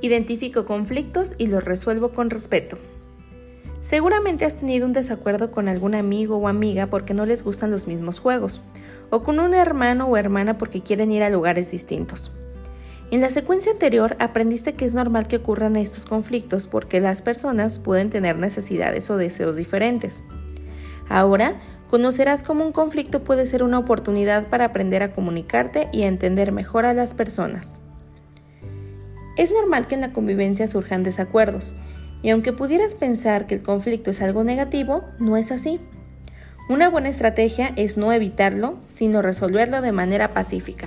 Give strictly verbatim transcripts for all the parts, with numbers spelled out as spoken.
Identifico conflictos y los resuelvo con respeto. Seguramente has tenido un desacuerdo con algún amigo o amiga porque no les gustan los mismos juegos, o con un hermano o hermana porque quieren ir a lugares distintos. En la secuencia anterior aprendiste que es normal que ocurran estos conflictos porque las personas pueden tener necesidades o deseos diferentes. Ahora, conocerás cómo un conflicto puede ser una oportunidad para aprender a comunicarte y a entender mejor a las personas. Es normal que en la convivencia surjan desacuerdos, y aunque pudieras pensar que el conflicto es algo negativo, no es así. Una buena estrategia es no evitarlo, sino resolverlo de manera pacífica.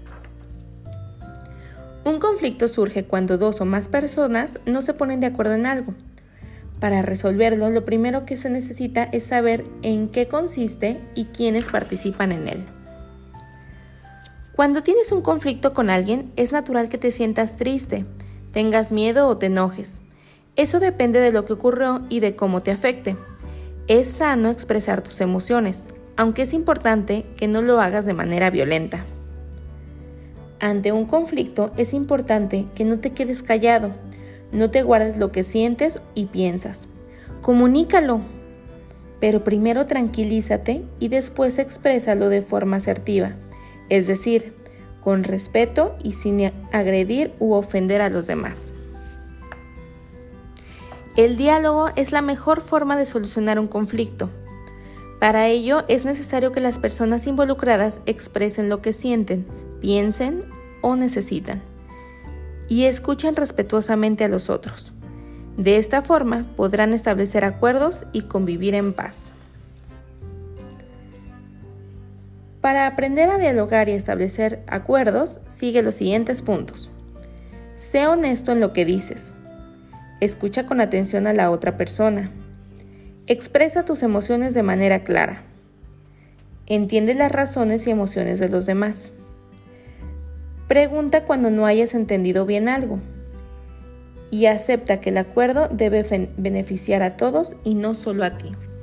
Un conflicto surge cuando dos o más personas no se ponen de acuerdo en algo. Para resolverlo, lo primero que se necesita es saber en qué consiste y quiénes participan en él. Cuando tienes un conflicto con alguien, es natural que te sientas triste, tengas miedo o te enojes. Eso depende de lo que ocurrió y de cómo te afecte. Es sano expresar tus emociones, aunque es importante que no lo hagas de manera violenta. Ante un conflicto es importante que no te quedes callado, no te guardes lo que sientes y piensas. Comunícalo, pero primero tranquilízate y después exprésalo de forma asertiva, es decir, con respeto y sin agredir u ofender a los demás. El diálogo es la mejor forma de solucionar un conflicto. Para ello es necesario que las personas involucradas expresen lo que sienten, piensen o necesitan y escuchen respetuosamente a los otros. De esta forma podrán establecer acuerdos y convivir en paz. Para aprender a dialogar y establecer acuerdos, sigue los siguientes puntos. Sé honesto en lo que dices. Escucha con atención a la otra persona. Expresa tus emociones de manera clara. Entiende las razones y emociones de los demás. Pregunta cuando no hayas entendido bien algo. Y acepta que el acuerdo debe beneficiar a todos y no solo a ti.